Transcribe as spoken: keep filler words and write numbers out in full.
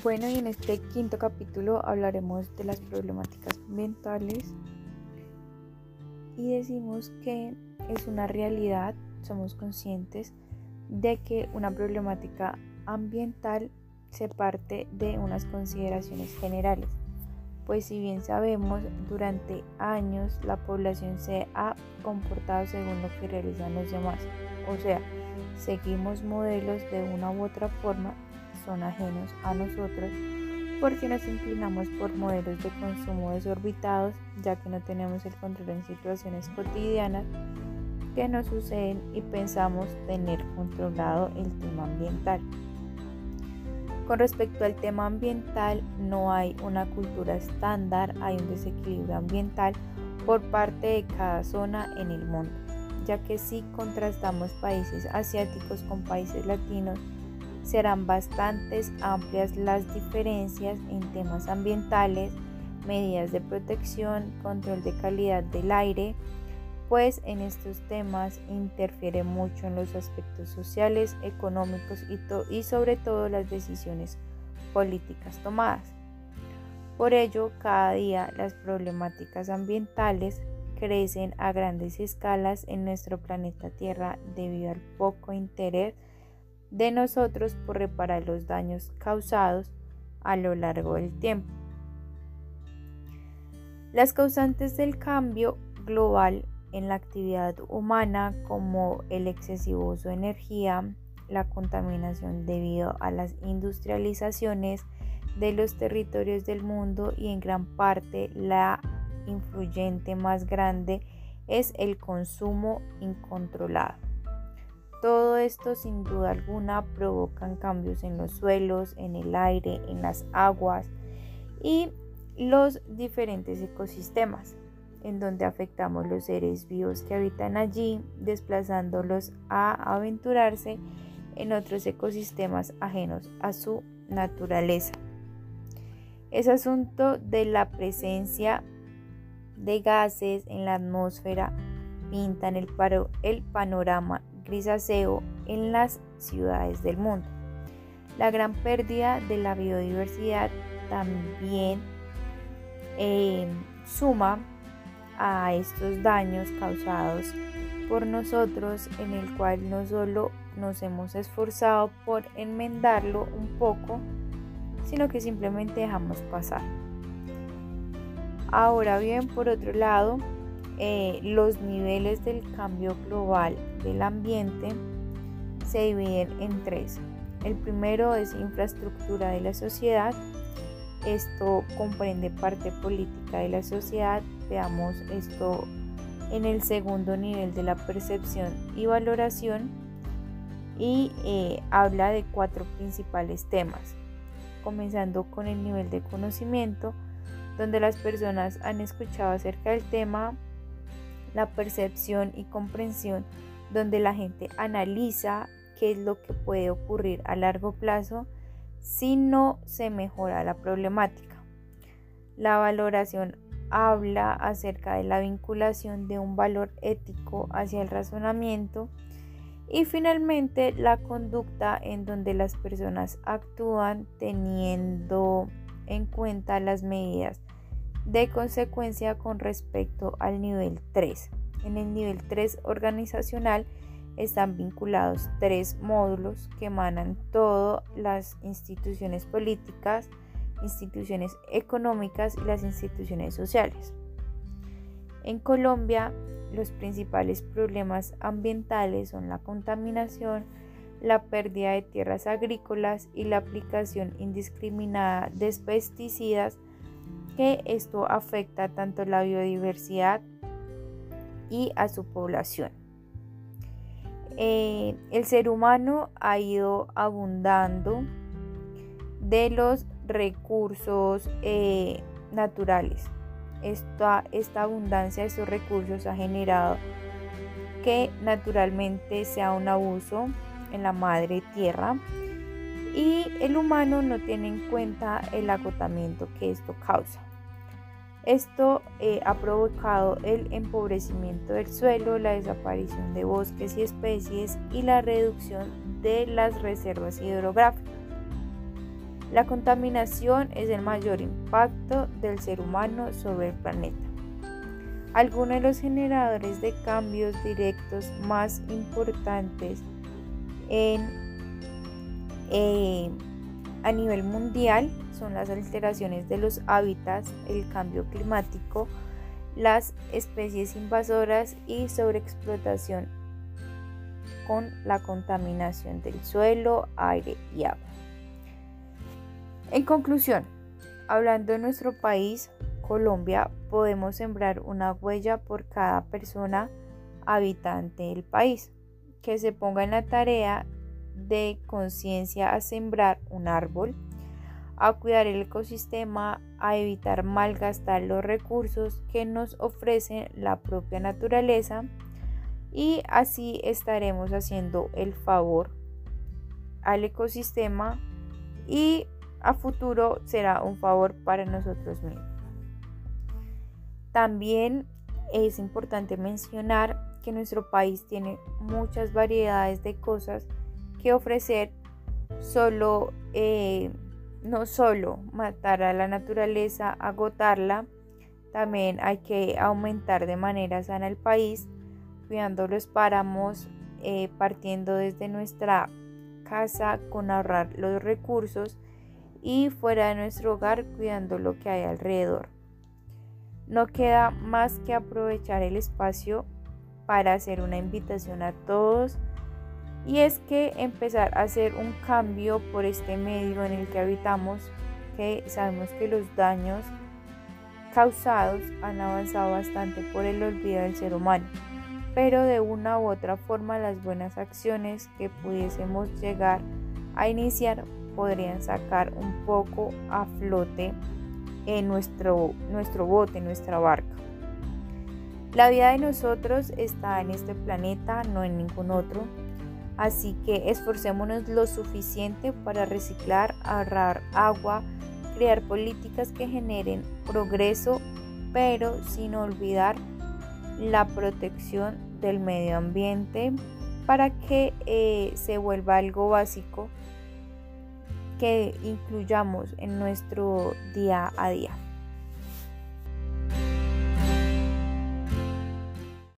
Bueno, y en este quinto capítulo hablaremos de las problemáticas ambientales y decimos que es una realidad, somos conscientes de que una problemática ambiental se parte de unas consideraciones generales, pues si bien sabemos, durante años la población se ha comportado según lo que realizan los demás, o sea, seguimos modelos de una u otra forma, son ajenos a nosotros, porque nos inclinamos por modelos de consumo desorbitados, ya que no tenemos el control en situaciones cotidianas que nos suceden y pensamos tener controlado el tema ambiental. Con respecto al tema ambiental, no hay una cultura estándar, hay un desequilibrio ambiental por parte de cada zona en el mundo, ya que si contrastamos países asiáticos con países latinos, serán bastante amplias las diferencias en temas ambientales, medidas de protección, control de calidad del aire, pues en estos temas interfiere mucho en los aspectos sociales, económicos y, to- y sobre todo las decisiones políticas tomadas. Por ello, cada día las problemáticas ambientales crecen a grandes escalas en nuestro planeta Tierra debido al poco interés de nosotros por reparar los daños causados a lo largo del tiempo. Las causantes del cambio global en la actividad humana, como el excesivo uso de energía, la contaminación debido a las industrializaciones de los territorios del mundo y en gran parte la influyente más grande es el consumo incontrolado. Todo esto sin duda alguna provocan cambios en los suelos, en el aire, en las aguas y los diferentes ecosistemas, en donde afectamos los seres vivos que habitan allí, desplazándolos a aventurarse en otros ecosistemas ajenos a su naturaleza. Es asunto de la presencia de gases en la atmósfera pintan el, paro, el panorama grisáceo en las ciudades del mundo. La gran pérdida de la biodiversidad también eh, suma a estos daños causados por nosotros, en el cual no solo nos hemos esforzado por enmendarlo un poco, sino que simplemente dejamos pasar. Ahora bien, por otro lado, eh, los niveles del cambio global del ambiente se dividen en tres. El primero es infraestructura de la sociedad. Esto comprende parte política de la sociedad. Veamos esto en el segundo nivel de la percepción y valoración y eh, habla de cuatro principales temas, comenzando con el nivel de conocimiento, donde las personas han escuchado acerca del tema, la percepción y comprensión, donde la gente analiza qué es lo que puede ocurrir a largo plazo si no se mejora la problemática. La valoración habla acerca de la vinculación de un valor ético hacia el razonamiento y finalmente la conducta, en donde las personas actúan teniendo en cuenta las medidas de consecuencia con respecto al nivel tres. En el nivel tres organizacional están vinculados tres módulos que emanan todas las instituciones políticas, instituciones económicas y las instituciones sociales. En Colombia, los principales problemas ambientales son la contaminación, la pérdida de tierras agrícolas y la aplicación indiscriminada de pesticidas, que esto afecta tanto la biodiversidad y a su población. Eh, el ser humano ha ido abundando de los recursos eh, naturales. Esta, esta abundancia de estos recursos ha generado que naturalmente sea un abuso en la madre tierra y el humano no tiene en cuenta el agotamiento que esto causa. Esto eh, ha provocado el empobrecimiento del suelo, la desaparición de bosques y especies y la reducción de las reservas hidrográficas. La contaminación es el mayor impacto del ser humano sobre el planeta. Algunos de los generadores de cambios directos más importantes en, eh, a nivel mundial son las alteraciones de los hábitats, el cambio climático, las especies invasoras y sobreexplotación con la contaminación del suelo, aire y agua. En conclusión, hablando de nuestro país, Colombia, podemos sembrar una huella por cada persona habitante del país, que se ponga en la tarea de conciencia a sembrar un árbol, a cuidar el ecosistema, a evitar malgastar los recursos que nos ofrece la propia naturaleza, y así estaremos haciendo el favor al ecosistema y a futuro será un favor para nosotros mismos. También es importante mencionar que nuestro país tiene muchas variedades de cosas que ofrecer, solo, eh, no solo matar a la naturaleza, agotarla, también hay que aumentar de manera sana el país, cuidando los páramos, eh, partiendo desde nuestra casa con ahorrar los recursos y fuera de nuestro hogar cuidando lo que hay alrededor. No queda más que aprovechar el espacio para hacer una invitación a todos, y es que empezar a hacer un cambio por este medio en el que habitamos, que sabemos que los daños causados han avanzado bastante por el olvido del ser humano, pero de una u otra forma las buenas acciones que pudiésemos llegar a iniciar podrían sacar un poco a flote en nuestro, nuestro bote, nuestra barca. La vida de nosotros está en este planeta, no en ningún otro, así que esforcémonos lo suficiente para reciclar, ahorrar agua, crear políticas que generen progreso, pero sin olvidar la protección del medio ambiente para que eh, se vuelva algo básico que incluyamos en nuestro día a día.